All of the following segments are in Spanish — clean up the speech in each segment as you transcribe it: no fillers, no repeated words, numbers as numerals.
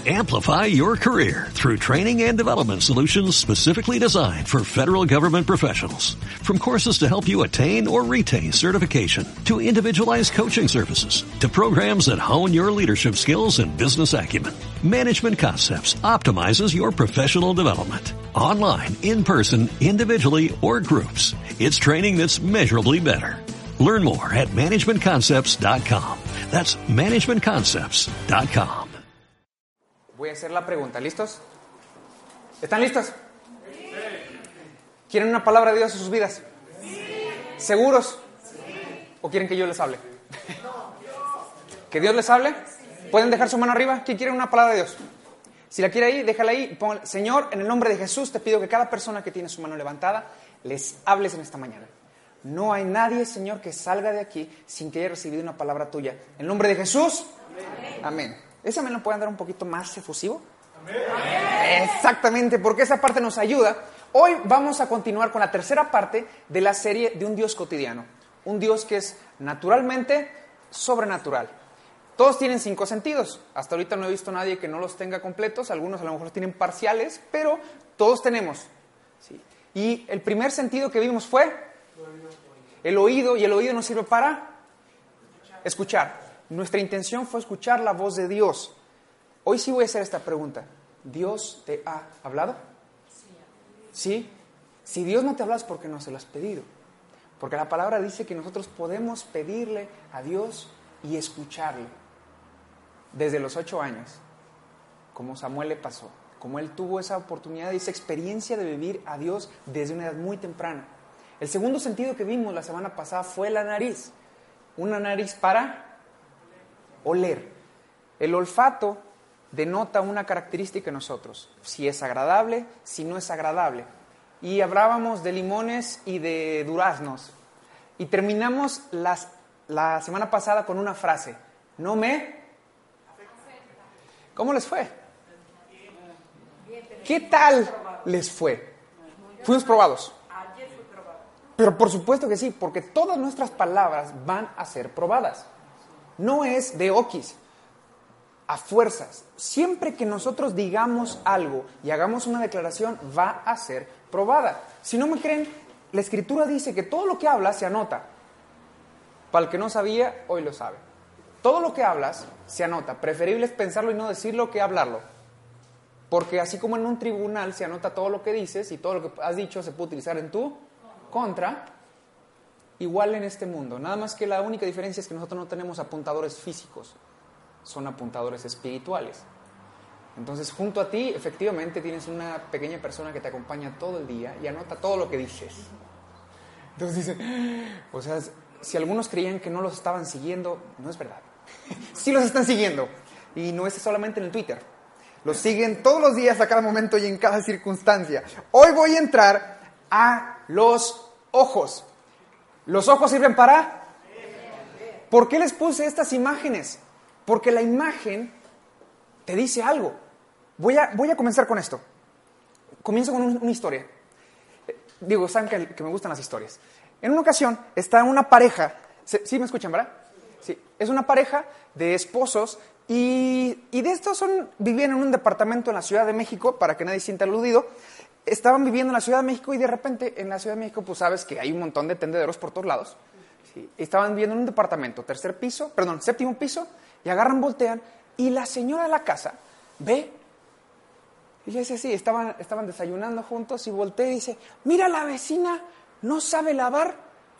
Amplify your career through training and development solutions specifically designed for federal government professionals. From courses to help you attain or retain certification, to individualized coaching services, to programs that hone your leadership skills and business acumen, Management Concepts optimizes your professional development. Online, in person, individually, or groups, it's training that's measurably better. Learn more at managementconcepts.com. That's managementconcepts.com. Voy a hacer la pregunta. ¿Listos? ¿Están listos? Sí. ¿Quieren una palabra de Dios en sus vidas? Sí. ¿Seguros? Sí. ¿O quieren que yo les hable? No. ¿Que Dios les hable? Sí. ¿Pueden dejar su mano arriba? ¿Quién quiere una palabra de Dios? Si la quiere ahí, déjala ahí. Póngale. Señor, en el nombre de Jesús te pido que cada persona que tiene su mano levantada les hables en esta mañana. No hay nadie, Señor, que salga de aquí sin que haya recibido una palabra tuya. En el nombre de Jesús. Amén. Amén. ¿Ese me lo pueden dar un poquito más efusivo? Amén. Exactamente, porque esa parte nos ayuda. Hoy vamos a continuar con la tercera parte de la serie de un Dios cotidiano. Un Dios que es naturalmente sobrenatural. Todos tienen 5 sentidos. Hasta ahorita no he visto a nadie que no los tenga completos. Algunos a lo mejor los tienen parciales, pero todos tenemos. ¿Sí? Y el primer sentido que vimos fue el oído, y el oído nos sirve para escuchar. Nuestra intención fue escuchar la voz de Dios. Hoy sí voy a hacer esta pregunta. ¿Dios te ha hablado? Sí. Si Dios no te habla es porque no se lo has pedido. Porque la palabra dice que nosotros podemos pedirle a Dios y escucharle. Desde los 8 años, como Samuel le pasó, como él tuvo esa oportunidad y esa experiencia de vivir a Dios desde una edad muy temprana. El segundo sentido que vimos la semana pasada fue la nariz. Una nariz para oler. El olfato denota una característica en nosotros. Si es agradable, si no es agradable. Y hablábamos de limones y de duraznos. Y terminamos la semana pasada con una frase. No me... ¿Cómo les fue? ¿Qué tal les fue? Fuimos probados. Pero por supuesto que sí, porque todas nuestras palabras van a ser probadas. No es de oquis, a fuerzas. Siempre que nosotros digamos algo y hagamos una declaración, va a ser probada. Si no me creen, la Escritura dice que todo lo que hablas se anota. Para el que no sabía, hoy lo sabe. Todo lo que hablas se anota. Preferible es pensarlo y no decirlo que hablarlo. Porque así como en un tribunal se anota todo lo que dices y todo lo que has dicho se puede utilizar en tu contra, igual en este mundo. Nada más que la única diferencia es que nosotros no tenemos apuntadores físicos, son apuntadores espirituales. Entonces, junto a ti, efectivamente, tienes una pequeña persona que te acompaña todo el día y anota todo lo que dices. Entonces dicen, o sea, si algunos creían que no los estaban siguiendo, no es verdad. Sí los están siguiendo. Y no es solamente en el Twitter. Los siguen todos los días, a cada momento y en cada circunstancia. Hoy voy a entrar a los ojos. ¿Los ojos sirven para? ¿Por qué les puse estas imágenes? Porque la imagen te dice algo. Voy a comenzar con esto. Comienzo con una historia. Digo, saben que me gustan las historias. En una ocasión está una pareja. ¿Sí me escuchan, verdad? Sí. Es una pareja de esposos y de estos vivían en un departamento en la Ciudad de México, para que nadie sienta aludido. Estaban viviendo en la Ciudad de México y de repente en la Ciudad de México, pues sabes que hay un montón de tendederos por todos lados. Sí. Estaban viviendo en un departamento, séptimo piso, y agarran, voltean, y la señora de la casa ve, y le dice, sí, estaban desayunando juntos, y voltea y dice, mira, la vecina no sabe lavar.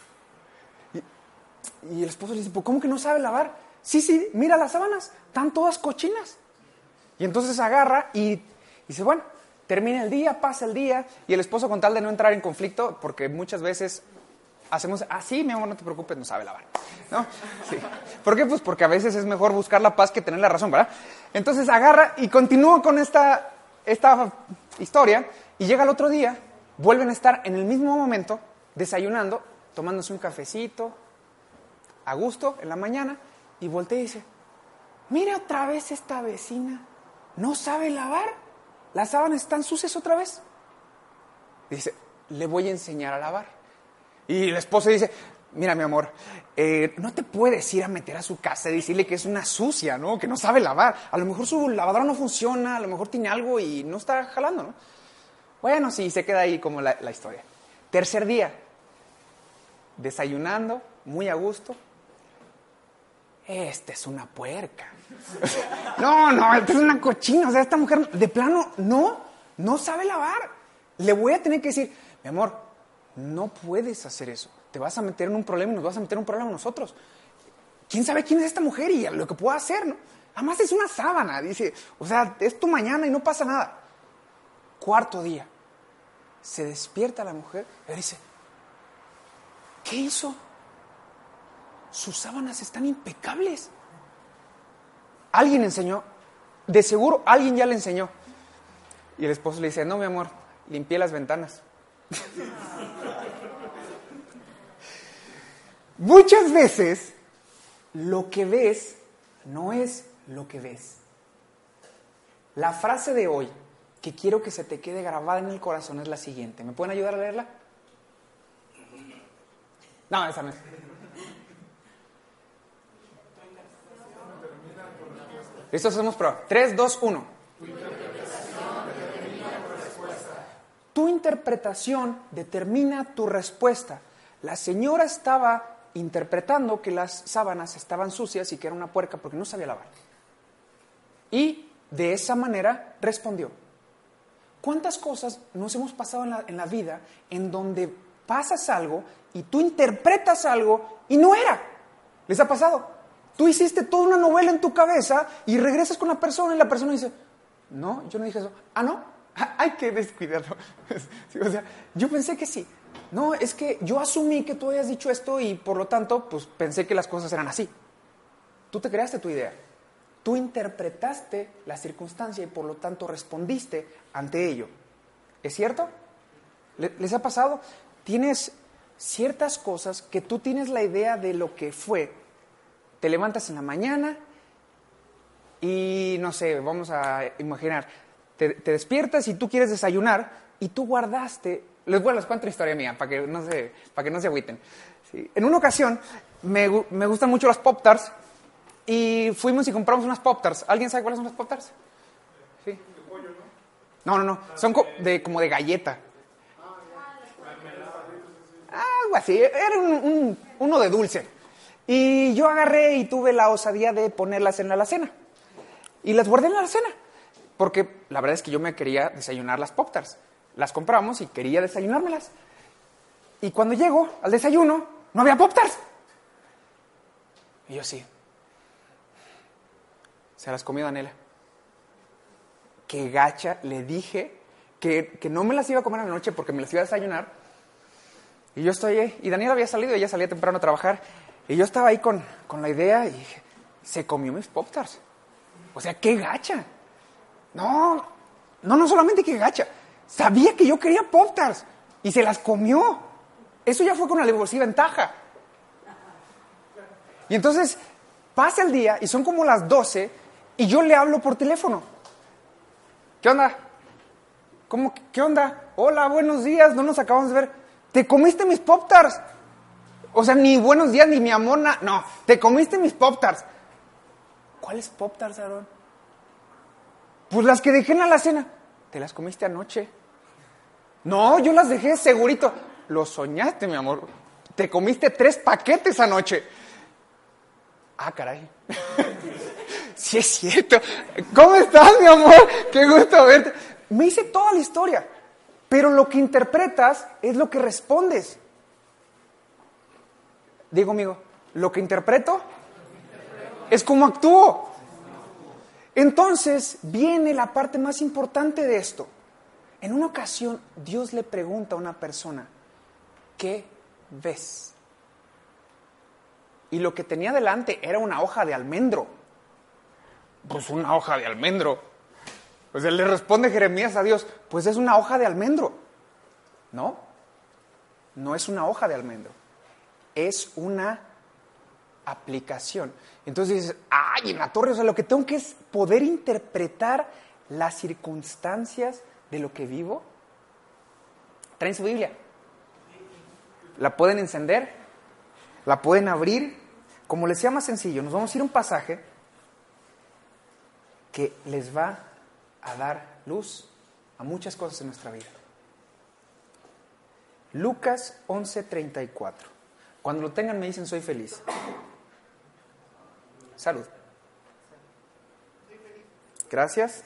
Y el esposo le dice, pues, ¿cómo que no sabe lavar? Sí, mira las sábanas, están todas cochinas. Y entonces agarra y dice, bueno, termina el día, pasa el día, y el esposo, con tal de no entrar en conflicto, porque muchas veces hacemos, sí, mi amor, no te preocupes, no sabe lavar, ¿no? Sí. ¿Por qué? Pues porque a veces es mejor buscar la paz que tener la razón, ¿verdad? Entonces agarra y continúa con esta historia, y llega el otro día, vuelven a estar en el mismo momento, desayunando, tomándose un cafecito, a gusto, en la mañana, y voltea y dice, mira otra vez esta vecina, ¿no sabe lavar? ¿Las sábanas están sucias otra vez? Dice, le voy a enseñar a lavar. Y el esposo dice, mira, mi amor, no te puedes ir a meter a su casa y decirle que es una sucia, ¿no? Que no sabe lavar. A lo mejor su lavadora no funciona, a lo mejor tiene algo y no está jalando, ¿no? Bueno, sí, se queda ahí como la historia. Tercer día, desayunando, muy a gusto. Esta es una puerca. No, esta es una cochina. O sea, esta mujer de plano no sabe lavar. Le voy a tener que decir, mi amor, no puedes hacer eso. Te vas a meter en un problema y nos vas a meter en un problema nosotros. ¿Quién sabe quién es esta mujer y lo que pueda hacer, no? Además es una sábana, dice. O sea, es tu mañana y no pasa nada. Cuarto día. Se despierta la mujer y dice, ¿qué hizo? Sus sábanas están impecables. Alguien enseñó. De seguro alguien ya le enseñó. Y el esposo le dice, no, mi amor, limpié las ventanas. Muchas veces lo que ves no es lo que ves. La frase de hoy que quiero que se te quede grabada en el corazón es la siguiente. ¿Me pueden ayudar a leerla? No, esa no es. Listo, hacemos prueba. 3, 2, 1. Tu interpretación determina tu respuesta. La señora estaba interpretando que las sábanas estaban sucias y que era una puerca porque no sabía lavar. Y de esa manera respondió. ¿Cuántas cosas nos hemos pasado en la vida en donde pasas algo y tú interpretas algo y no era? ¿Les ha pasado? Tú hiciste toda una novela en tu cabeza y regresas con la persona y la persona dice, no, yo no dije eso. ¿Ah, no? Hay que descuidarlo. Sí, o sea, yo pensé que sí. No, es que yo asumí que tú habías dicho esto y por lo tanto, pues pensé que las cosas eran así. Tú te creaste tu idea. Tú interpretaste la circunstancia y por lo tanto respondiste ante ello. ¿Es cierto? ¿Les ha pasado? Tienes ciertas cosas que tú tienes la idea de lo que fue. Te levantas en la mañana y, no sé, vamos a imaginar, te despiertas y tú quieres desayunar y tú guardaste. Les cuento una historia mía para que no se agüiten. Sí. En una ocasión me gustan mucho las Pop-Tarts y fuimos y compramos unas Pop-Tarts. ¿Alguien sabe cuáles son las Pop-Tarts? Sí. ¿De pollo, no? No. Son como de galleta. Algo así. Era uno de dulce. Y yo agarré y tuve la osadía de ponerlas en la alacena. Y las guardé en la alacena. Porque la verdad es que yo me quería desayunar las Pop-Tarts. Las compramos y quería desayunármelas. Y cuando llego al desayuno, no había Pop-Tarts. Y yo sí. Se las comió Daniela. Qué gacha, le dije que no me las iba a comer a la noche porque me las iba a desayunar. Y yo estoy ahí. Y Daniela había salido, ella salía temprano a trabajar. Y yo estaba ahí con la idea y dije, se comió mis Pop-Tarts. O sea, qué gacha. No solamente qué gacha. Sabía que yo quería Pop-Tarts y se las comió. Eso ya fue con alevosía y ventaja. Y entonces pasa el día y son como las 12 y yo le hablo por teléfono. ¿Qué onda? ¿Cómo? ¿Qué onda? Hola, buenos días, no nos acabamos de ver. ¿Te comiste mis Pop-Tarts? O sea, ni buenos días, ni mi amor, no, te comiste mis Pop-Tarts. ¿Cuáles Pop-Tarts, Aarón? Pues las que dejé en la alacena. ¿Te las comiste anoche? No, yo las dejé segurito. Lo soñaste, mi amor. Te comiste 3 paquetes anoche. Ah, caray. Sí es cierto. ¿Cómo estás, mi amor? Qué gusto verte. Me hice toda la historia. Pero lo que interpretas es lo que respondes. Digo, amigo, lo que interpreto es como actúo. Entonces viene la parte más importante de esto. En una ocasión, Dios le pregunta a una persona, ¿qué ves? Y lo que tenía delante era una hoja de almendro. Pues una hoja de almendro. Pues él le responde Jeremías a Dios, pues es una hoja de almendro. No es una hoja de almendro. Es una aplicación. Entonces dices, ¡ay, en la torre! O sea, lo que tengo que es poder interpretar las circunstancias de lo que vivo. ¿Traen su Biblia? ¿La pueden encender? la pueden abrir, como les sea más sencillo. Nos vamos a ir a un pasaje que les va a dar luz a muchas cosas en nuestra vida. Lucas 11:34. Cuando lo tengan me dicen soy feliz. Salud. Gracias.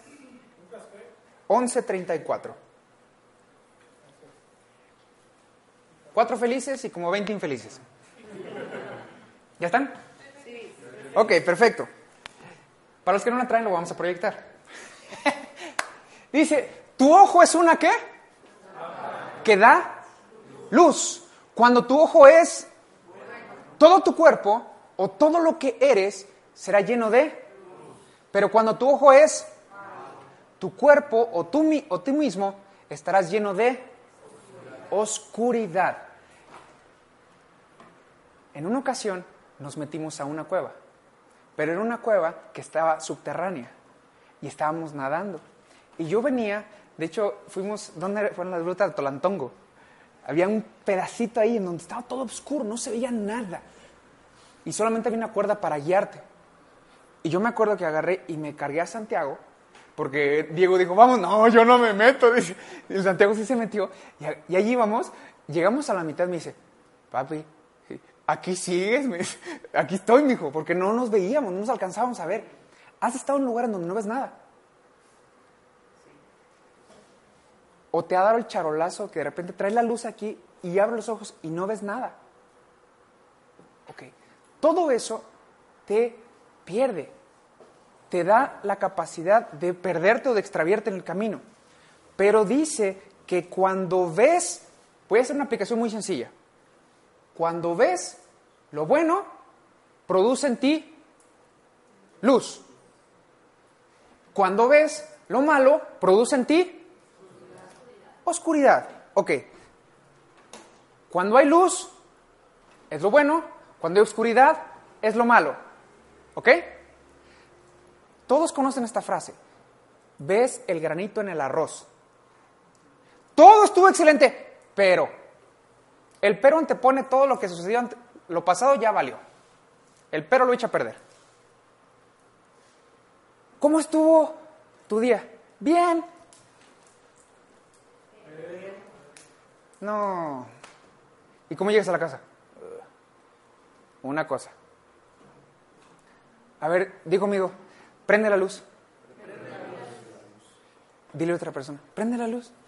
11:34. 4 felices y como 20 infelices. ¿Ya están? Sí. Ok, perfecto. Para los que no la traen lo vamos a proyectar. Dice, ¿tu ojo es una qué? Que da luz. Cuando tu ojo es, todo tu cuerpo o todo lo que eres será lleno de. Pero cuando tu ojo es, tu cuerpo o tú mismo estarás lleno de oscuridad. En una ocasión nos metimos a una cueva, pero era una cueva que estaba subterránea y estábamos nadando. Y yo venía, de hecho, ¿dónde fueron las grutas de Tolantongo? Había un pedacito ahí en donde estaba todo oscuro, no se veía nada. Y solamente había una cuerda para guiarte. Y yo me acuerdo que agarré y me cargué a Santiago, porque Diego dijo, vamos, no, yo no me meto. Y el Santiago sí se metió. Y allí íbamos, llegamos a la mitad, me dice, papi, aquí sigues, aquí estoy, mijo, porque no nos veíamos, no nos alcanzábamos a ver. ¿Has estado en un lugar en donde no ves nada? ¿O te ha dado el charolazo que de repente traes la luz aquí y abres los ojos y no ves nada? Ok, todo eso te pierde, te da la capacidad de perderte o de extraviarte en el camino. Pero dice que cuando ves, voy a hacer una aplicación muy sencilla. Cuando ves lo bueno, produce en ti luz. Cuando ves lo malo, produce en ti oscuridad. Ok. Cuando hay luz, es lo bueno. Cuando hay oscuridad, es lo malo. ¿Ok? Todos conocen esta frase. Ves el granito en el arroz. Todo estuvo excelente, pero el pero antepone todo lo que sucedió, lo pasado ya valió. El pero lo echa a perder. ¿Cómo estuvo tu día? Bien. No. ¿Y cómo llegas a la casa? Una cosa. A ver, di conmigo, prende la luz. Dile a otra persona, prende la luz.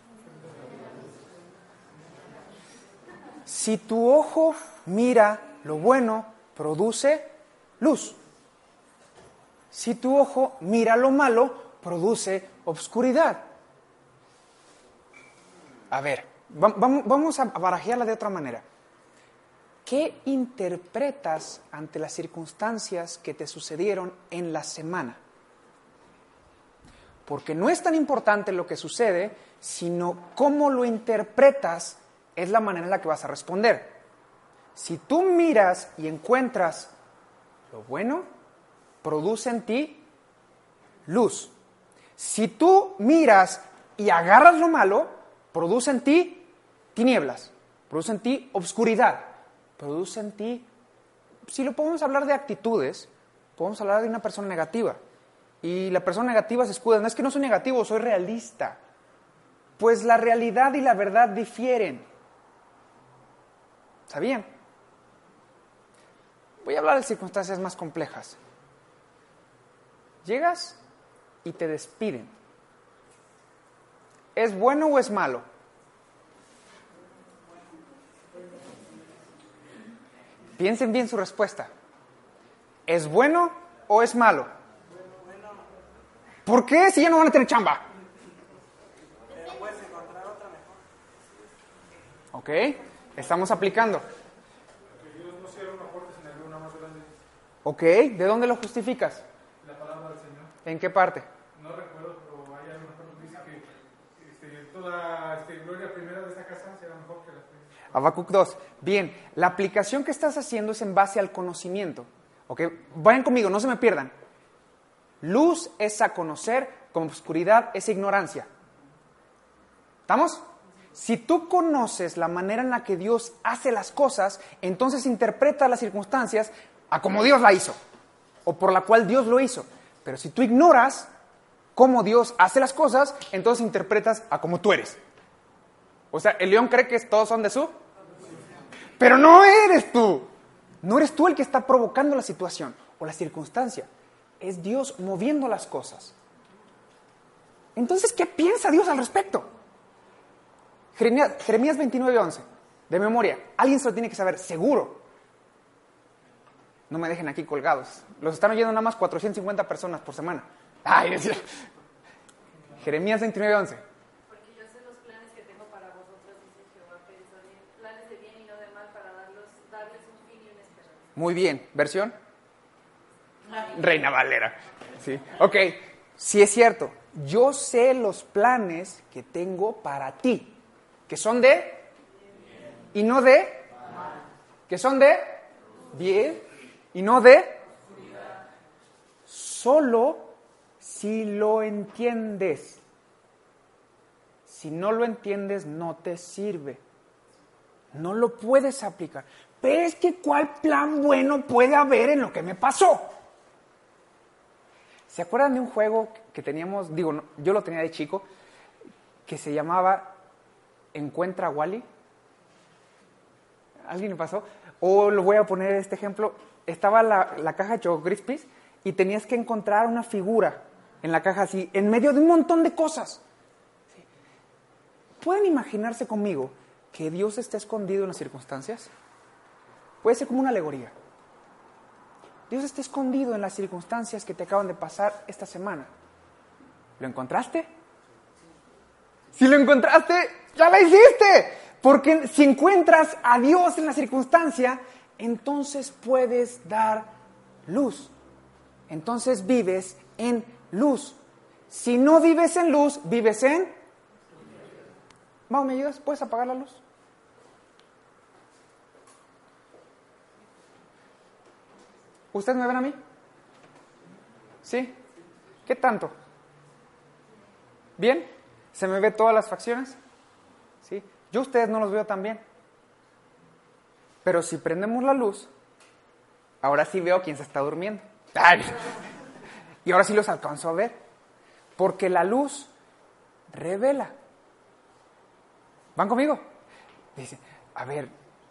Si tu ojo mira lo bueno, produce luz. Si tu ojo mira lo malo, produce obscuridad. A ver, vamos a barajearla de otra manera. ¿Qué interpretas ante las circunstancias que te sucedieron en la semana? Porque no es tan importante lo que sucede, sino cómo lo interpretas es la manera en la que vas a responder. Si tú miras y encuentras lo bueno, produce en ti luz. Si tú miras y agarras lo malo, produce en ti tinieblas, produce en ti obscuridad, produce en ti, si lo podemos hablar de actitudes, podemos hablar de una persona negativa. Y la persona negativa se escuda, no es que no soy negativo, soy realista. Pues la realidad y la verdad difieren. ¿Sabían? Voy a hablar de circunstancias más complejas. Llegas y te despiden. ¿Es bueno o es malo? Piensen bien su respuesta. ¿Es bueno o es malo? ¿Por qué? Si ya no van a tener chamba. Puedes encontrar otra mejor. Ok, estamos aplicando. Ok, ¿de dónde lo justificas? La palabra del Señor. ¿En qué parte? No recuerdo, pero hay algo que dice que toda gloria primera de esta casa será mejor que la primera. Habacuc 2. Bien, la aplicación que estás haciendo es en base al conocimiento. Ok, vayan conmigo, no se me pierdan. Luz es a conocer, como oscuridad es ignorancia. ¿Estamos? Si tú conoces la manera en la que Dios hace las cosas, entonces interpretas las circunstancias a como Dios la hizo, o por la cual Dios lo hizo. Pero si tú ignoras cómo Dios hace las cosas, entonces interpretas a como tú eres. O sea, el león cree que todos son de su... Pero no eres tú. No eres tú el que está provocando la situación o la circunstancia. Es Dios moviendo las cosas. Entonces, ¿qué piensa Dios al respecto? Jeremías 29:11, de memoria. Alguien se lo tiene que saber, seguro. No me dejen aquí colgados. Los están oyendo nada más 450 personas por semana. Ay, decía. Jeremías 29:11. Porque yo sé los planes que tengo para vosotros, dice Jehová, planes de bien y no de mal, para darles un fin y una esperanza. Muy bien. ¿Versión? Reina Valera. Sí. Ok. Sí es cierto. Yo sé los planes que tengo para ti. Que son de... Y no de... Que son de... Bien. Y no de... Solo si lo entiendes. Si no lo entiendes, no te sirve. No lo puedes aplicar. Pero es que ¿cuál plan bueno puede haber en lo que me pasó? ¿Se acuerdan de un juego que teníamos? Digo, no, yo lo tenía de chico, que se llamaba Encuentra a Wally. ¿Alguien le pasó? O lo voy a poner este ejemplo. Estaba la caja de Choco Crispies y tenías que encontrar una figura en la caja así, en medio de un montón de cosas. ¿Sí? ¿Pueden imaginarse conmigo que Dios está escondido en las circunstancias? Puede ser como una alegoría. Dios está escondido en las circunstancias que te acaban de pasar esta semana. ¿Lo encontraste? Si lo encontraste, ya la hiciste. Porque si encuentras a Dios en la circunstancia, entonces puedes dar luz. Entonces vives en luz. Si no vives en luz, vives en... Mau, ¿me ayudas? ¿Puedes apagar la luz? ¿Ustedes me ven a mí? ¿Sí? ¿Qué tanto? ¿Bien? ¿Se me ve todas las facciones? ¿Sí? Yo a ustedes no los veo tan bien. Pero si prendemos la luz, ahora sí veo quién se está durmiendo. ¡Ay! Y ahora sí los alcanzo a ver. Porque la luz revela. ¿Van conmigo? Dice, a ver,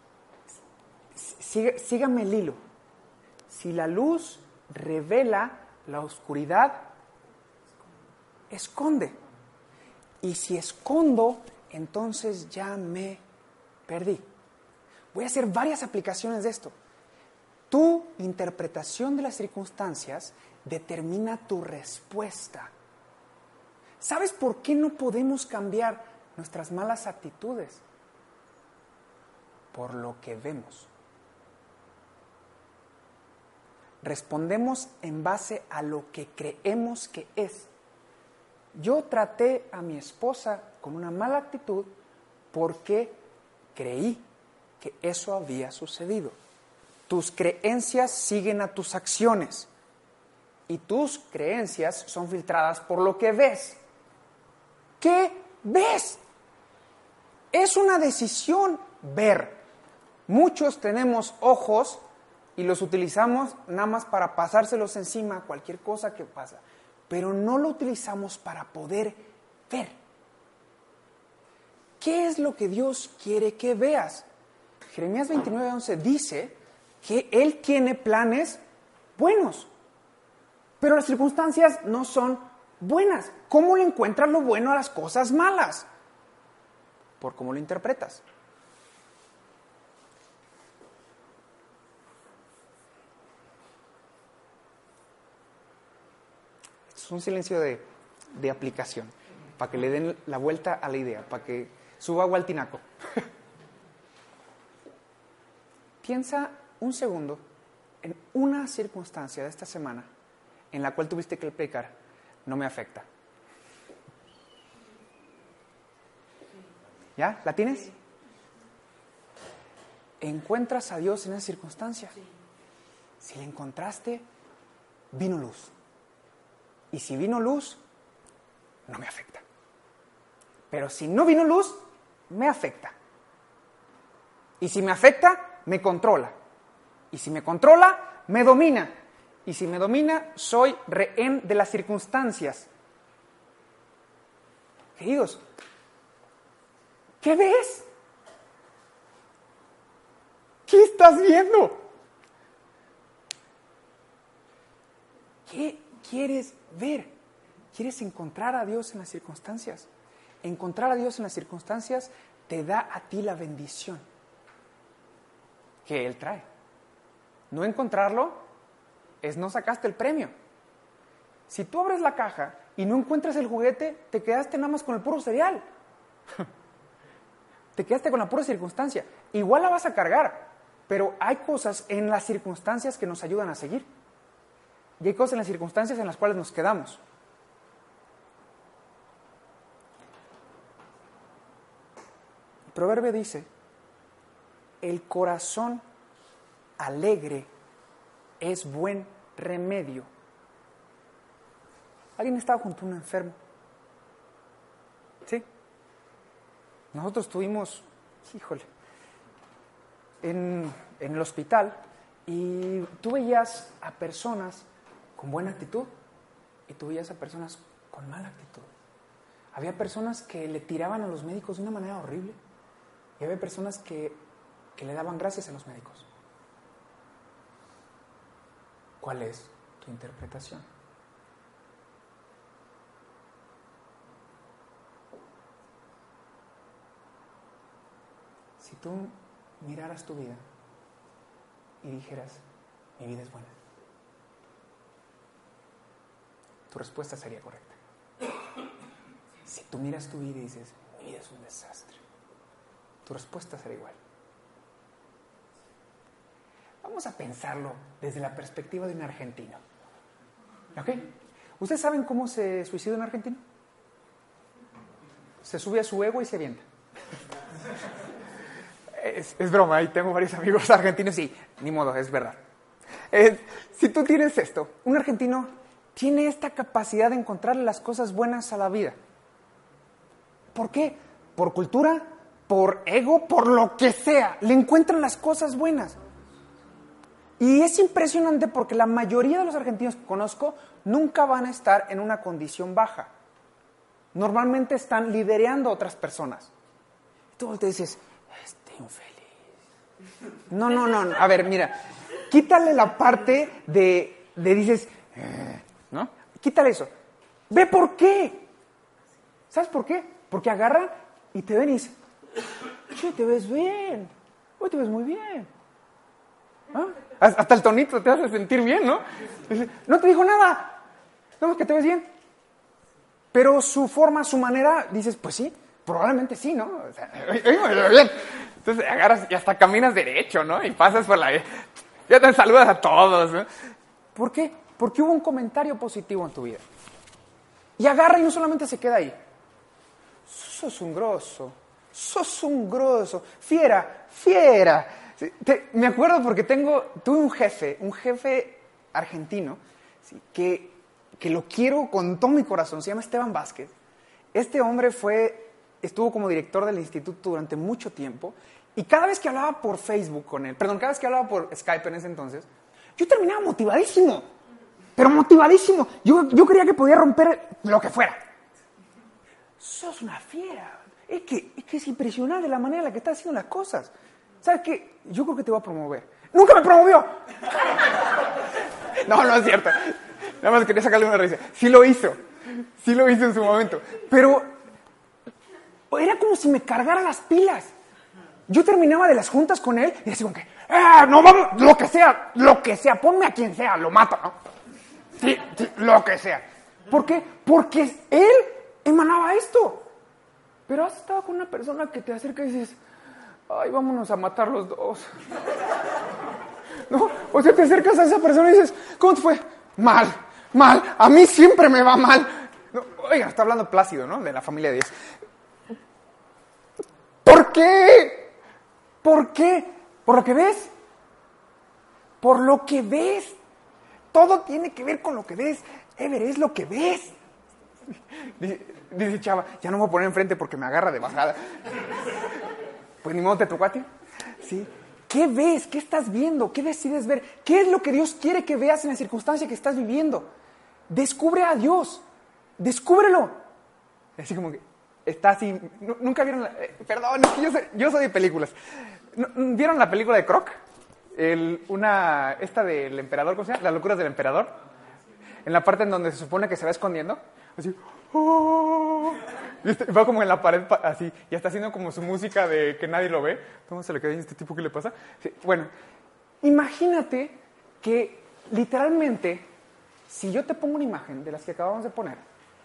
síganme el hilo. Si la luz revela, la oscuridad esconde. Y si escondo, entonces ya me perdí. Voy a hacer varias aplicaciones de esto. Tu interpretación de las circunstancias determina tu respuesta. ¿Sabes por qué no podemos cambiar nuestras malas actitudes? Por lo que vemos. Respondemos en base a lo que creemos que es. Yo traté a mi esposa con una mala actitud porque creí que eso había sucedido. Tus creencias siguen a tus acciones y tus creencias son filtradas por lo que ves. ¿Qué ves? Es una decisión ver. Muchos tenemos ojos y los utilizamos nada más para pasárselos encima a cualquier cosa que pasa, pero no lo utilizamos para poder ver. ¿Qué es lo que Dios quiere que veas? Jeremías 29:11 dice que Él tiene planes buenos, pero las circunstancias no son buenas. ¿Cómo le encuentras lo bueno a las cosas malas? Por cómo lo interpretas. Es un silencio de aplicación, para que le den la vuelta a la idea, para que suba agua al tinaco. Piensa un segundo en una circunstancia de esta semana en la cual tuviste que predicar, no me afecta. ¿Ya? ¿La tienes? ¿Encuentras a Dios en esa circunstancia? Si la encontraste, vino luz. Y si vino luz, no me afecta. Pero si no vino luz, me afecta. Y si me afecta, me controla. Y si me controla, me domina. Y si me domina, soy rehén de las circunstancias. Queridos, ¿qué ves? ¿Qué estás viendo? ¿Qué quieres ver? ¿Quieres encontrar a Dios en las circunstancias? Encontrar a Dios en las circunstancias te da a ti la bendición que Él trae. No encontrarlo es no sacaste el premio. Si tú abres la caja y no encuentras el juguete, te quedaste nada más con el puro cereal. Te quedaste con la pura circunstancia. Igual la vas a cargar, pero hay cosas en las circunstancias que nos ayudan a seguir. Y hay cosas en las circunstancias en las cuales nos quedamos. El proverbio dice, el corazón alegre es buen remedio. ¿Alguien estaba junto a un enfermo? ¿Sí? Nosotros estuvimos, en el hospital y tú veías a personas con buena actitud y tú veías a personas con mala actitud. Había personas que le tiraban a los médicos de una manera horrible y había personas que le daban gracias a los médicos. ¿Cuál es tu interpretación? Si tú miraras tu vida y dijeras, mi vida es buena, tu respuesta sería correcta. Si tú miras tu vida y dices, mi vida es un desastre, tu respuesta será igual. Vamos a pensarlo desde la perspectiva de un argentino. ¿Ok? ¿Ustedes saben cómo se suicida un argentino? Se sube a su ego y se avienta. Es broma, y tengo varios amigos argentinos y ni modo, es verdad. Si tú tienes esto, un argentino tiene esta capacidad de encontrar las cosas buenas a la vida. ¿Por qué? Por cultura, por ego, por lo que sea. Le encuentran las cosas buenas. Y es impresionante porque la mayoría de los argentinos que conozco nunca van a estar en una condición baja. Normalmente están liderando a otras personas. Tú te dices, infeliz. No. A ver, mira, quítale la parte de dices, ¿no? Quítale eso. Ve por qué. ¿Sabes por qué? Porque agarra y te ven y dice, che, te ves bien. Hoy te ves muy bien. ¿Ah? Hasta el tonito te hace sentir bien, ¿no? No te dijo nada. No, que te ves bien. Pero su forma, su manera, dices, pues sí, probablemente sí, ¿no? O sea, bien. Entonces agarras y hasta caminas derecho, ¿no? Y pasas por la... Ya te saludas a todos, ¿no? ¿Por qué? Porque hubo un comentario positivo en tu vida. Y agarra y no solamente se queda ahí. Sos un grosso. Fiera. Sí, me acuerdo porque tuve un jefe argentino, ¿sí? que lo quiero con todo mi corazón, se llama Esteban Vázquez. Este hombre estuvo como director del instituto durante mucho tiempo y cada vez que hablaba por Facebook con él, cada vez que hablaba por Skype en ese entonces, yo terminaba motivadísimo, pero motivadísimo. Yo creía que podía romper lo que fuera. Sos una fiera. Es que es impresionante la manera en la que estás haciendo las cosas. ¿Sabes qué? Yo creo que te voy a promover. ¡Nunca me promovió! No es cierto. Nada más quería sacarle una risa. Sí lo hizo en su momento. Pero era como si me cargara las pilas. Yo terminaba de las juntas con él y decía como que, no vamos, lo que sea, ponme a quien sea, lo mato, ¿no? Sí, lo que sea. ¿Por qué? Porque él emanaba esto. Pero has estado con una persona que te acerca y dices, ay, vámonos a matar los dos. ¿No? O sea, te acercas a esa persona y dices, ¿cómo te fue? Mal. A mí siempre me va mal. No, oiga, está hablando Plácido, ¿no? De la familia 10. ¿Por qué? ¿Por lo que ves? Por lo que ves. Todo tiene que ver con lo que ves. Ever, es lo que ves. Dice Chava, ya no me voy a poner enfrente porque me agarra de bajada. Pues ni modo te tocó a ti. ¿Sí? ¿Qué ves? ¿Qué estás viendo? ¿Qué decides ver? ¿Qué es lo que Dios quiere que veas en la circunstancia que estás viviendo? Descubre a Dios. Descúbrelo. Así como que está así. ¿Nunca vieron perdón, es que yo soy de películas. ¿Vieron la película de Croc? Esta del emperador, ¿cómo se llama? Las locuras del emperador. En la parte en donde se supone que se va escondiendo. Así. ¡Oh! Y va como en la pared así. Y está haciendo como su música de que nadie lo ve. ¿Cómo se le queda a este tipo? ¿Qué le pasa? Sí, bueno, imagínate que literalmente, si yo te pongo una imagen de las que acabamos de poner,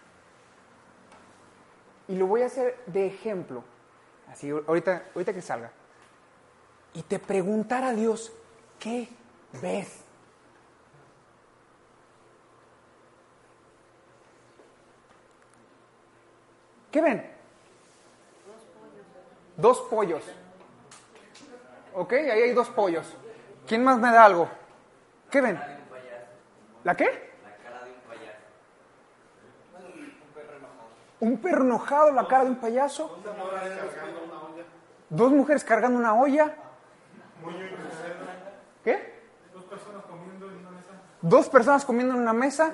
y lo voy a hacer de ejemplo, así ahorita que salga, y te preguntara a Dios, ¿qué ves? ¿Qué ven? Dos pollos. Ok, ahí hay dos pollos. ¿Quién más me da algo? ¿Qué ven? ¿La qué? La cara de un payaso. Un perro enojado, la cara de un payaso. Dos mujeres cargando una olla. ¿Qué? Dos personas comiendo en una mesa. Dos personas comiendo en una mesa.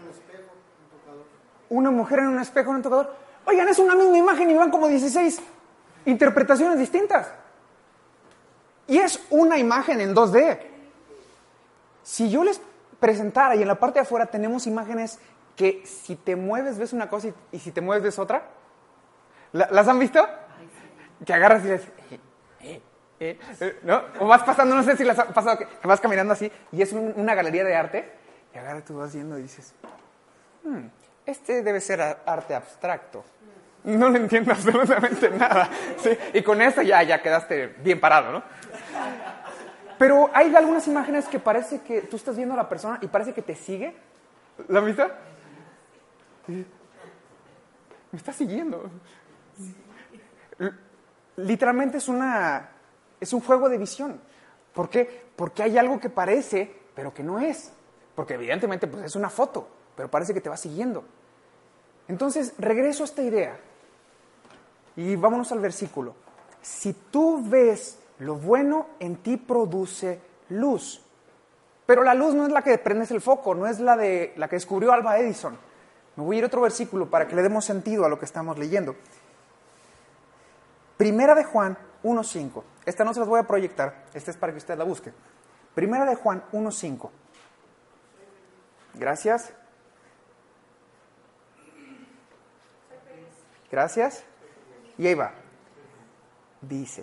Una mujer en un espejo, en un tocador. Oigan, es una misma imagen y van como 16 interpretaciones distintas. Y es una imagen en 2D. Si yo les presentara y en la parte de afuera tenemos imágenes que si te mueves ves una cosa y si te mueves ves otra. ¿Las han visto? Que agarras y dices... ¿no? O vas pasando, no sé si las ha pasado, que vas caminando así y es una galería de arte y agarras, tú vas viendo y dices... este debe ser arte abstracto. No le entiendo absolutamente nada. ¿Sí? Y con eso ya quedaste bien parado, ¿no? Pero hay algunas imágenes que parece que tú estás viendo a la persona y parece que te sigue. ¿La has visto? Me está siguiendo. Literalmente es un juego de visión. ¿Por qué? Porque hay algo que parece, pero que no es. Porque evidentemente pues, es una foto, pero parece que te va siguiendo. Entonces, regreso a esta idea y vámonos al versículo. Si tú ves lo bueno, en ti produce luz. Pero la luz no es la que prendes el foco, no es la que descubrió Alva Edison. Me voy a ir a otro versículo para que le demos sentido a lo que estamos leyendo. Primera de Juan 1:5. Esta no se las voy a proyectar, esta es para que usted la busque. Primera de Juan 1:5. Gracias. Gracias. Y ahí va. Dice,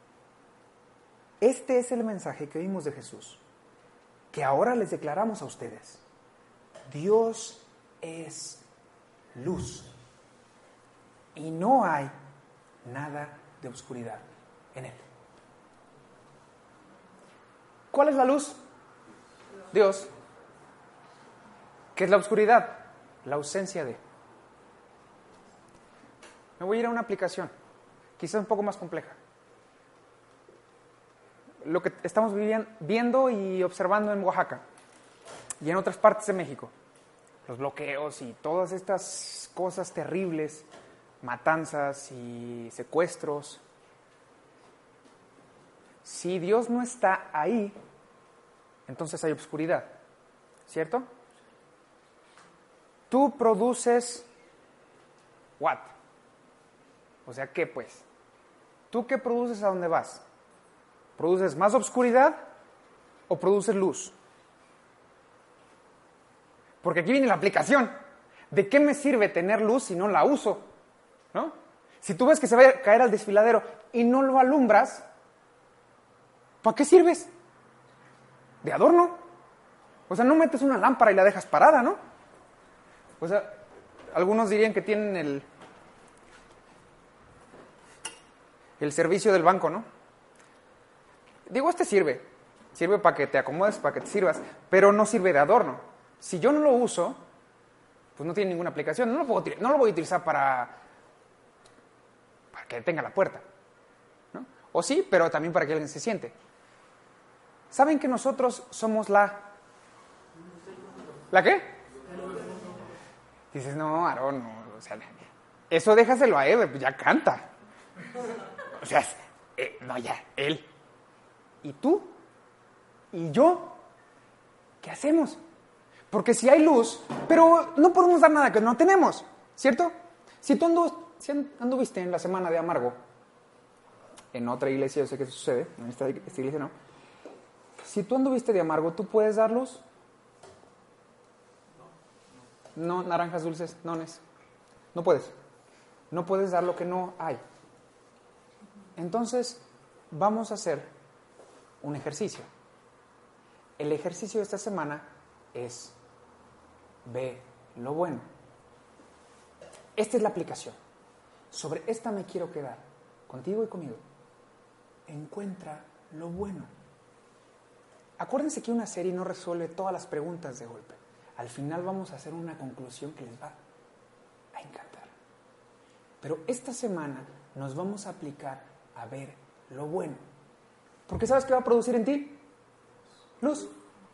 este es el mensaje que oímos de Jesús, que ahora les declaramos a ustedes. Dios es luz y no hay nada de oscuridad en él. ¿Cuál es la luz? Dios. ¿Qué es la oscuridad? La ausencia de. Me voy a ir a una aplicación, quizás un poco más compleja. Lo que estamos viendo y observando en Oaxaca y en otras partes de México. Los bloqueos y todas estas cosas terribles, matanzas y secuestros. Si Dios no está ahí, entonces hay oscuridad, ¿cierto? Tú produces what? O sea, ¿qué pues? ¿Tú qué produces a dónde vas? ¿Produces más oscuridad o produces luz? Porque aquí viene la aplicación. ¿De qué me sirve tener luz si no la uso? ¿No? Si tú ves que se va a caer al desfiladero y no lo alumbras, ¿para qué sirves? De adorno. O sea, no metes una lámpara y la dejas parada, ¿no? O sea, algunos dirían que tienen el servicio del banco, ¿no? Digo, sirve para que te acomodes, para que te sirvas, pero no sirve de adorno. Si yo no lo uso, pues no tiene ninguna aplicación. No lo voy a utilizar para que tenga la puerta, ¿no? O sí, pero también para que alguien se siente. ¿Saben que nosotros somos ¿la qué? Dices, no, Aarón, no, o sea, eso déjaselo a Eve, pues ya canta. O sea, él. ¿Y tú? ¿Y yo? ¿Qué hacemos? Porque si hay luz, pero no podemos dar nada que no tenemos, ¿cierto? Si anduviste en la semana de amargo, en otra iglesia yo sé que eso sucede, en esta iglesia no. Si tú anduviste de amargo, ¿tú puedes dar luz? No, naranjas dulces, nones. No puedes. No puedes dar lo que no hay. Entonces, vamos a hacer un ejercicio. El ejercicio de esta semana es ve lo bueno. Esta es la aplicación. Sobre esta me quiero quedar, contigo y conmigo. Encuentra lo bueno. Acuérdense que una serie no resuelve todas las preguntas de golpe. Al final vamos a hacer una conclusión que les va a encantar. Pero esta semana nos vamos a aplicar a ver lo bueno. Porque ¿sabes qué va a producir en ti? Luz.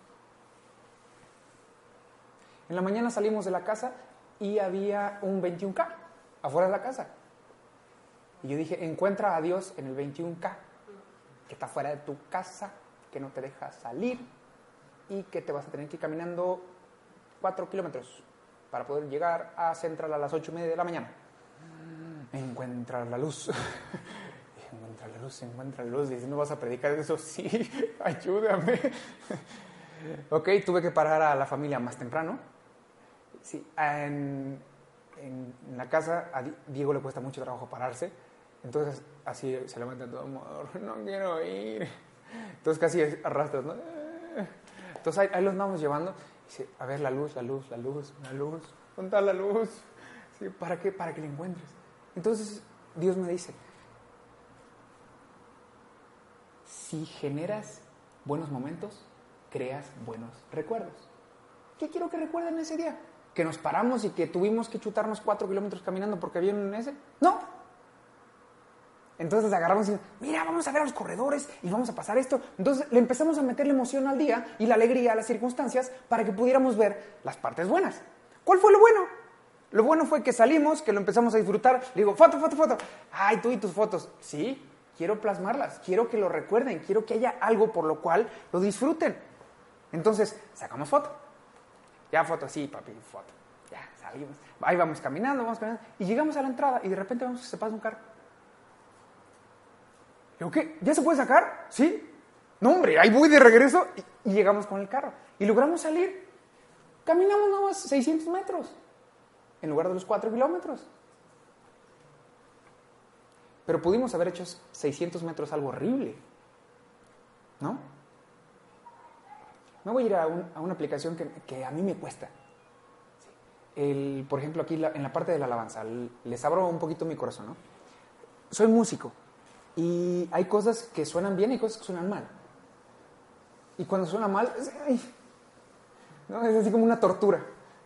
En la mañana salimos de la casa y había un 21K afuera de la casa. Y yo dije, encuentra a Dios en el 21K, que está fuera de tu casa, que no te deja salir y que te vas a tener que ir caminando 4 kilómetros para poder llegar a Central a las 8:30 de la mañana. Encuentra la luz. Encuentra la luz. Dice, ¿no vas a predicar eso? Sí, ayúdame. Ok, tuve que parar a la familia más temprano. Sí, en la casa a Diego le cuesta mucho trabajo pararse. Entonces, así se levanta todo amor. No quiero ir. Entonces, casi arrastras, ¿no? Entonces, ahí los andamos llevando. Dice, a ver, la luz. ¿Dónde está la luz? Sí, ¿para qué? Para que la encuentres. Entonces, Dios me dice, si generas buenos momentos, creas buenos recuerdos. ¿Qué quiero que recuerden ese día? ¿Que nos paramos y que tuvimos que chutarnos 4 kilómetros caminando porque había un ese? No. Entonces agarramos y mira, vamos a ver a los corredores y vamos a pasar esto. Entonces le empezamos a meter la emoción al día y la alegría a las circunstancias para que pudiéramos ver las partes buenas. ¿Cuál fue lo bueno? Lo bueno fue que salimos, que lo empezamos a disfrutar. Le digo, foto. Ay, tú y tus fotos. Sí, quiero plasmarlas, quiero que lo recuerden, quiero que haya algo por lo cual lo disfruten. Entonces, sacamos foto. Ya foto, sí, papi, foto. Ya, salimos. Ahí vamos caminando. Y llegamos a la entrada y de repente vemos que se pasa un carro. Digo, ¿qué? ¿Ya se puede sacar? Sí. No, hombre, ahí voy de regreso y llegamos con el carro. Y logramos salir. Caminamos nomás 600 metros en lugar de los 4 kilómetros. Pero pudimos haber hecho 600 metros algo horrible, ¿no? Me voy a ir a una aplicación que a mí me cuesta. Por ejemplo, aquí en la parte de la alabanza, les abro un poquito mi corazón, ¿no? Soy músico y hay cosas que suenan bien y cosas que suenan mal. Y cuando suena mal, ¿no? Es así como una tortura.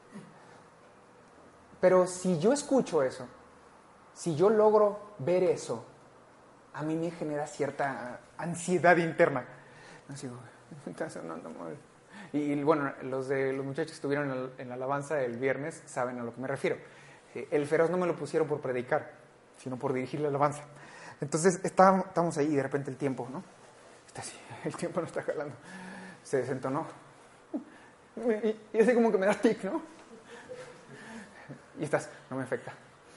Pero si yo escucho eso, si yo logro ver eso, a mí me genera cierta ansiedad interna. Así, está sonando mal. Y bueno, los muchachos que estuvieron en la alabanza el viernes saben a lo que me refiero. El feroz no me lo pusieron por predicar, sino por dirigir la alabanza. Entonces estamos ahí y de repente el tiempo, ¿no? Está así, el tiempo no está jalando. Se desentonó. Y así como que me da tic, ¿no? Y estás, no me afecta.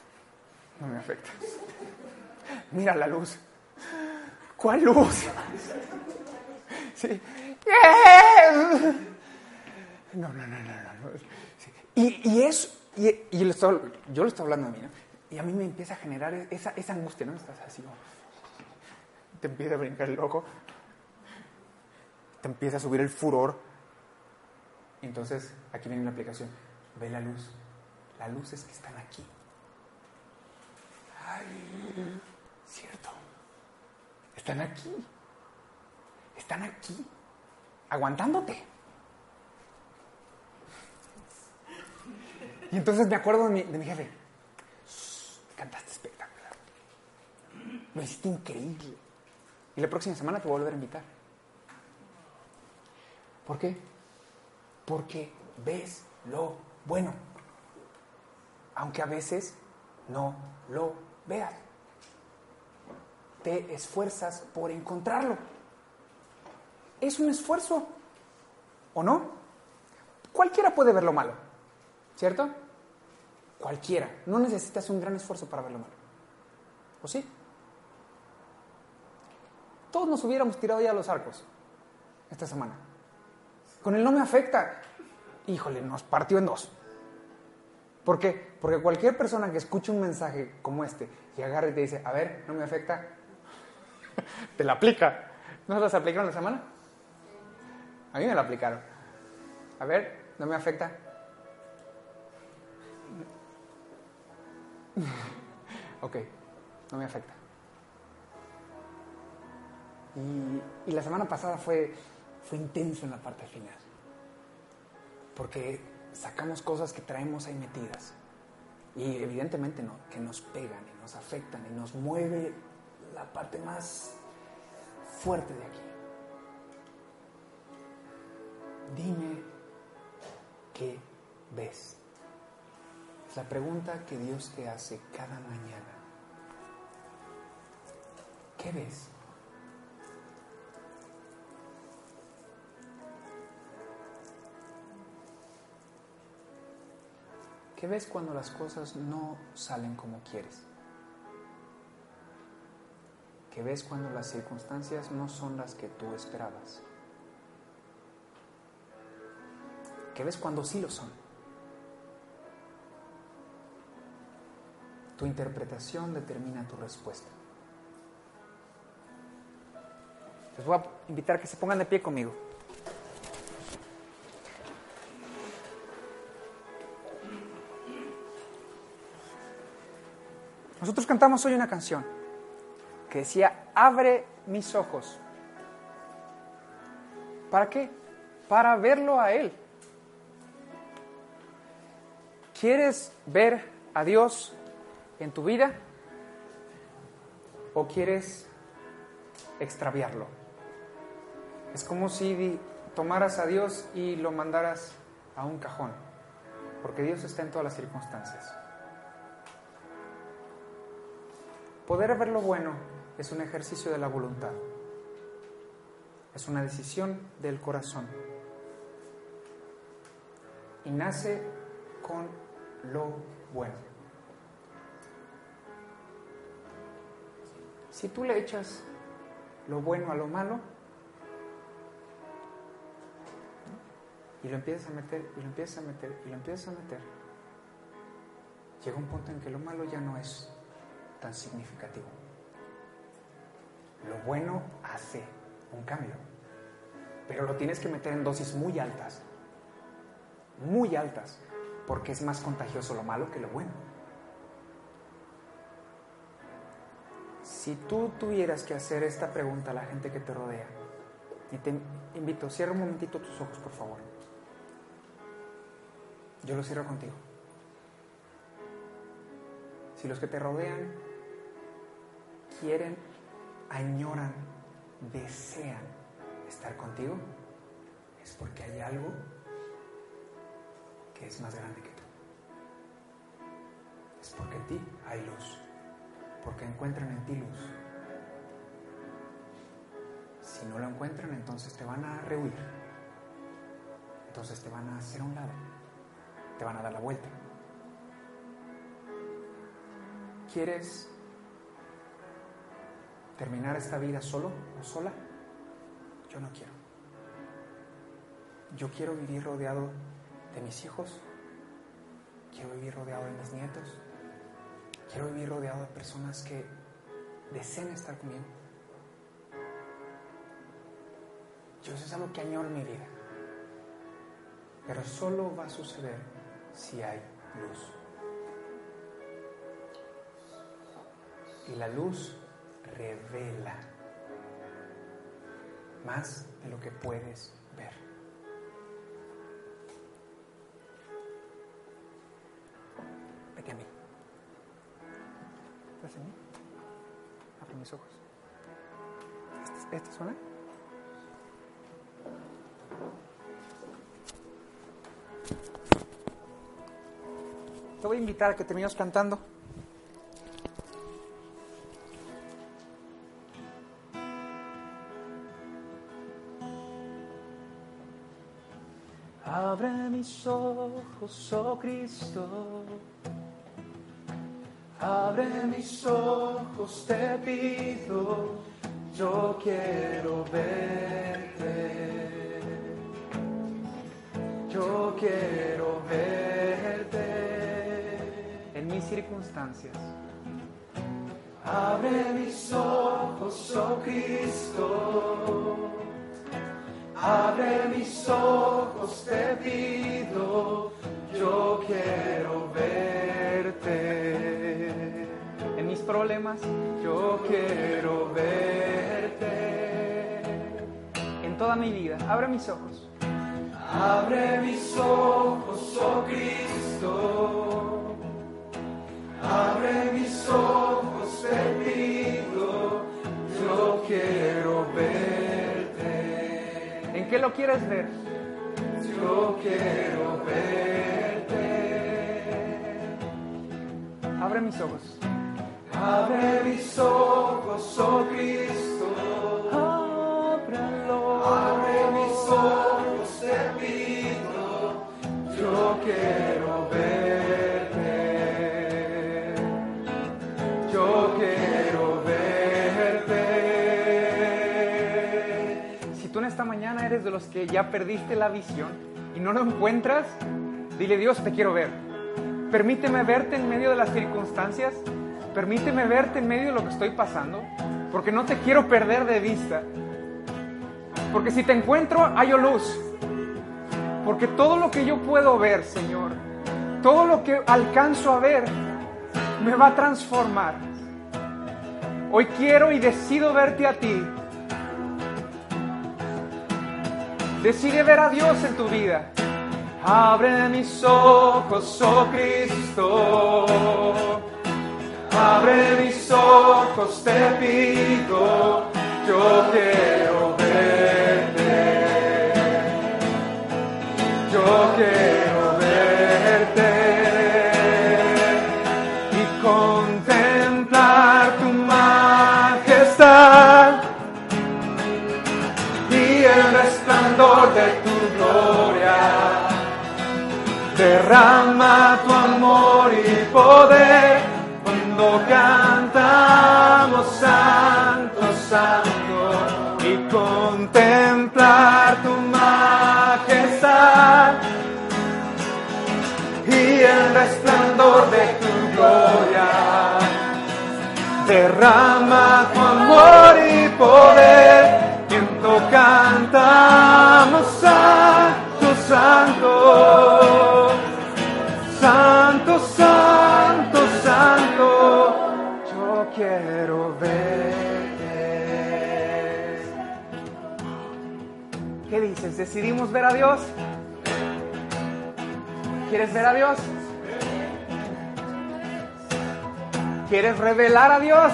Mira la luz. ¿Cuál luz? Sí. No. Sí. Y yo lo estoy hablando a mí, ¿no? Y a mí me empieza a generar esa angustia, ¿no? Estás así, ¿no? Te empieza a brincar el ojo. Te empieza a subir el furor. Entonces, aquí viene la aplicación. Ve la luz. La luz es que están aquí. Ay, cierto. Están aquí. Aguantándote. Y entonces me acuerdo de mi jefe. Cantaste espectacular. Lo hiciste increíble. Y la próxima semana te voy a volver a invitar. ¿Por qué? Porque ves lo bueno. Aunque a veces no lo veas. te esfuerzas por encontrarlo. Es un esfuerzo, ¿o no? Cualquiera puede ver lo malo, ¿cierto? Cualquiera. No necesitas un gran esfuerzo para ver lo malo. ¿O sí? Todos nos hubiéramos tirado ya a los arcos esta semana. Con el no me afecta, híjole, nos partió en dos. ¿Por qué? Porque cualquier persona que escuche un mensaje como este y agarre y te dice, a ver, no me afecta, te la aplica. ¿No se las aplicaron la semana? A mí me la aplicaron. A ver, no me afecta. Ok, no me afecta. Y la semana pasada fue intenso en la parte final. Porque sacamos cosas que traemos ahí metidas. Y evidentemente no, que nos pegan y nos afectan y nos mueve la parte más fuerte de aquí. Dime qué ves. Es la pregunta que Dios te hace cada mañana. ¿Qué ves? ¿Qué ves cuando las cosas no salen como quieres? ¿Qué ves cuando las circunstancias no son las que tú esperabas? ¿Qué ves cuando sí lo son? Tu interpretación determina tu respuesta. Les voy a invitar a que se pongan de pie conmigo. Nosotros cantamos hoy una canción que decía, abre mis ojos. ¿Para qué? Para verlo a Él. ¿Quieres ver a Dios en tu vida? ¿O quieres extraviarlo? Es como si tomaras a Dios y lo mandaras a un cajón, porque Dios está en todas las circunstancias. Poder ver lo bueno es un ejercicio de la voluntad. Es una decisión del corazón. Y nace con lo bueno. Si tú le echas lo bueno a lo malo, y lo empiezas a meter, y lo empiezas a meter, y lo empiezas a meter, llega un punto en que lo malo ya no es tan significativo. Lo bueno hace un cambio, pero lo tienes que meter en dosis muy altas, porque es más contagioso lo malo que lo bueno. Si tú tuvieras que hacer esta pregunta a la gente que te rodea, y te invito, cierra un momentito tus ojos, por favor. Yo lo cierro contigo. Si los que te rodean quieren, añoran, desean estar contigo, es porque hay algo que es más grande que tú. Es porque en ti hay luz, porque encuentran en ti luz. Si no lo encuentran, entonces te van a rehuir, entonces te van a hacer a un lado, te van a dar la vuelta. ¿Quieres terminar esta vida solo o sola? Yo no quiero. Yo quiero vivir rodeado de mis hijos, quiero vivir rodeado de mis nietos, quiero vivir rodeado de personas que deseen estar conmigo. Yo eso es algo que añoro en mi vida, pero solo va a suceder si hay luz. Y la luz revela más de lo que puedes ver. Vete a mí. ¿Estás en mí? Abre mis ojos. ¿Esta zona? Te voy a invitar a que terminemos cantando. Abre mis ojos, oh Cristo. Abre mis ojos, te pido. Yo quiero verte. Yo quiero verte en mis circunstancias. Abre mis ojos, oh Cristo. Abre mis ojos, te pido. Yo quiero verte en mis problemas. Yo quiero verte en toda mi vida. Abre mis ojos. Abre mis ojos, oh Cristo. Abre mis ojos, te pido. Yo quiero verte. ¿En qué lo quieres ver? Yo quiero verte. Abre mis ojos. Abre mis ojos, oh Cristo. Ábrelo. Abre mis ojos, te pido. Yo quiero verte. Yo quiero verte. Si tú en esta mañana eres de los que ya perdiste la visión y no lo encuentras, dile: Dios, te quiero ver. Permíteme verte en medio de las circunstancias. Permíteme verte en medio de lo que estoy pasando, porque no te quiero perder de vista. Porque si te encuentro, hallo luz. Porque todo lo que yo puedo ver, Señor, todo lo que alcanzo a ver, me va a transformar. Hoy quiero y decido verte a ti. Decide ver a Dios en tu vida. Abre mis ojos, oh Cristo. Abre mis ojos, te pido. Yo quiero verte. Yo quiero verte y contemplar tu majestad y el resplandor de tu gloria. Derrama tu amor y poder cuando cantamos santo, santo, y contemplar tu majestad y el resplandor de tu gloria. Derrama tu amor y poder cuando cantamos santo, santo, santo, santo, santo. Yo quiero verte. ¿Qué dices? ¿Decidimos ver a Dios? ¿Quieres ver a Dios? ¿Quieres revelar a Dios?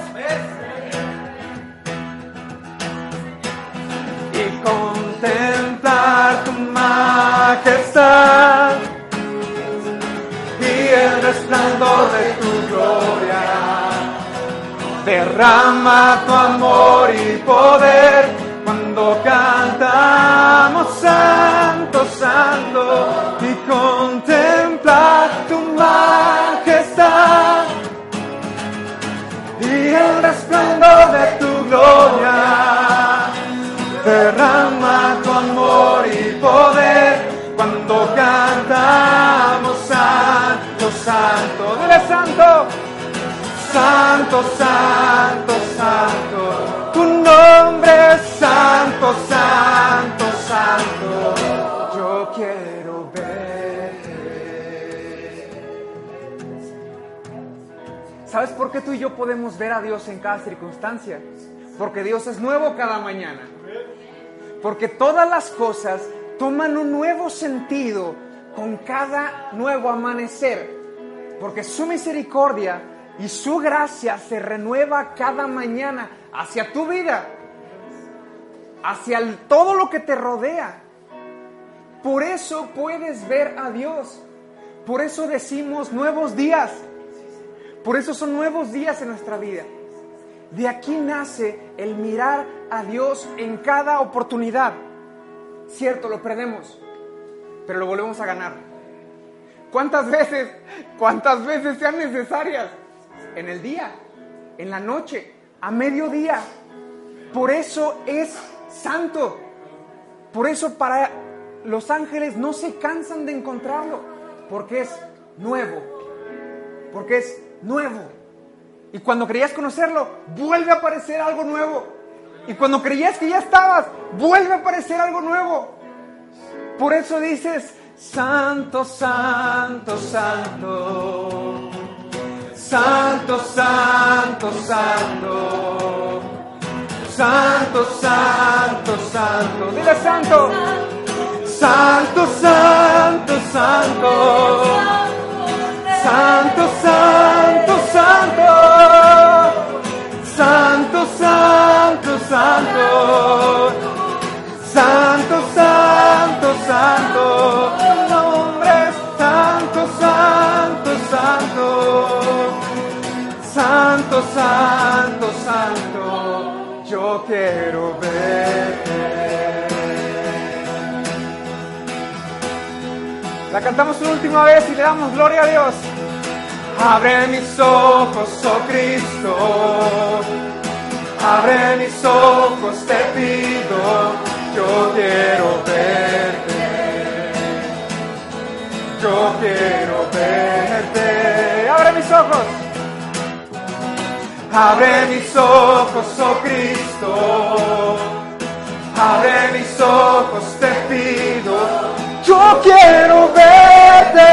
Y contemplar tu majestad y el resplandor de tu gloria. Derrama tu amor y poder cuando cantamos santo, santo, y contemplar tu majestad y el resplandor de tu gloria. Derrama tu amor y poder cuando cantamos santo, santo. Dile: santo, santo, santo, santo. Tu nombre es santo, santo, santo. Yo quiero verte. ¿Sabes por qué tú y yo podemos ver a Dios en cada circunstancia? Porque Dios es nuevo cada mañana. Porque todas las cosas toman un nuevo sentido con cada nuevo amanecer. Porque su misericordia y su gracia se renueva cada mañana hacia tu vida, hacia todo lo que te rodea. Por eso puedes ver a Dios. Por eso decimos nuevos días. Por eso son nuevos días en nuestra vida. De aquí nace el mirar a Dios en cada oportunidad. Cierto, lo perdemos. pero lo volvemos a ganar. ¿Cuántas veces sean necesarias? En el día, en la noche, a mediodía. Por eso es santo. Por eso para los ángeles no se cansan de encontrarlo, porque es nuevo. Porque es nuevo. Y cuando creías conocerlo, vuelve a aparecer algo nuevo. Y cuando creías que ya estabas, vuelve a aparecer algo nuevo. Por eso dices: Santo, santo, santo. Santo, santo, santo. Santo, santo, santo. Dile santo. Santo, santo, santo. Santo, santo, santo. Santo, santo, santo. Santo, santo, santo. Tu nombre es santo, santo, santo. Santo, santo, santo. Yo quiero verte. La cantamos una última vez y le damos gloria a Dios. Abre mis ojos, oh Cristo. Abre mis ojos, te pido. Yo quiero verte. Yo quiero verte. Abre mis ojos. Abre mis ojos, oh Cristo. Abre mis ojos, te pido. Yo quiero verte.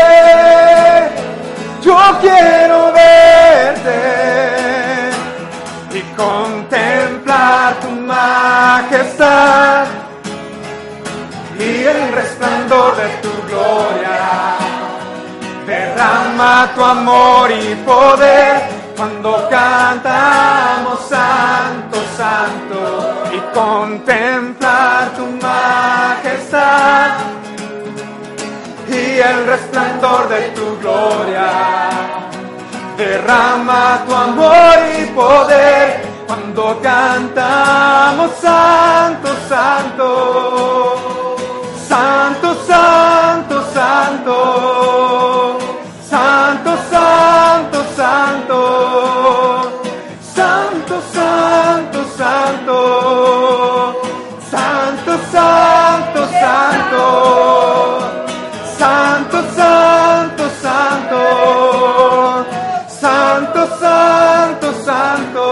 Yo quiero verte y contemplar tu majestad y el resplandor de tu gloria. Derrama tu amor y poder cuando cantamos santo, santo, y contemplar tu majestad y el resplandor de tu gloria. Derrama tu amor y poder cuando cantamos santo, santo. Santo, santo, santo. Santo, santo, santo. Santo, santo, santo. Santo, santo, santo. Santo, santo, santo. Santo, santo, santo.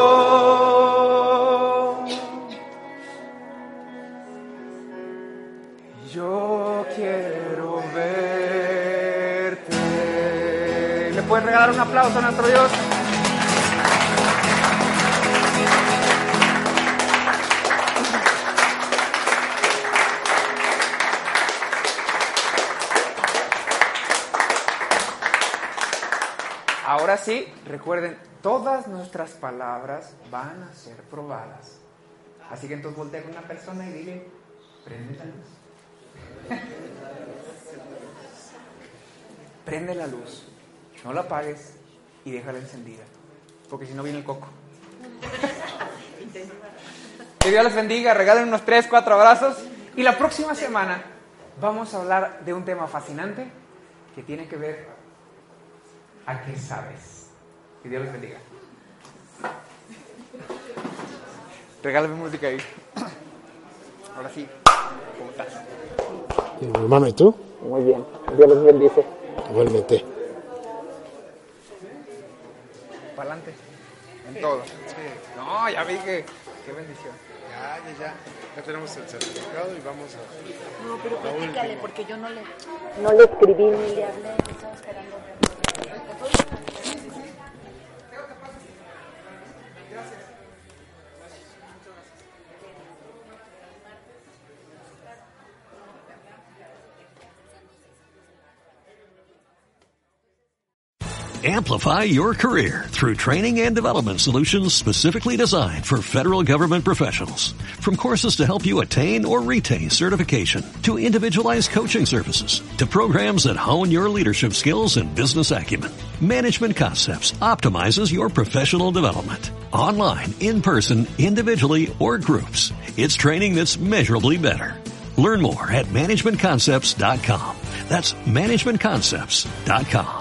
Yo quiero verte. ¿Le pueden regalar un aplauso a nuestro Dios? Ahora sí, recuerden, todas nuestras palabras van a ser probadas. Así que entonces voltea con una persona y dile: prende la luz. Prende la luz, no la apagues y déjala encendida, porque si no viene el coco. Que Dios les bendiga, regalen unos 3, 4 abrazos. Y la próxima semana vamos a hablar de un tema fascinante que tiene que ver a qué sabes. Que Dios les bendiga. Regálame música ahí. Ahora sí. ¿Cómo estás? Mi hermano, ¿y tú? Muy bien. Dios les bendice. Igualmente. Para adelante. En todo. Sí. No, ya vi que... Qué bendición. Ya. Ya tenemos el certificado y vamos a... No, pero platícale, porque yo no le escribí ni le hablé. Estaba esperando verlo. Amplify your career through training and development solutions specifically designed for federal government professionals. From courses to help you attain or retain certification, to individualized coaching services, to programs that hone your leadership skills and business acumen, Management Concepts optimizes your professional development. Online, in person, individually, or groups, it's training that's measurably better. Learn more at managementconcepts.com. That's managementconcepts.com.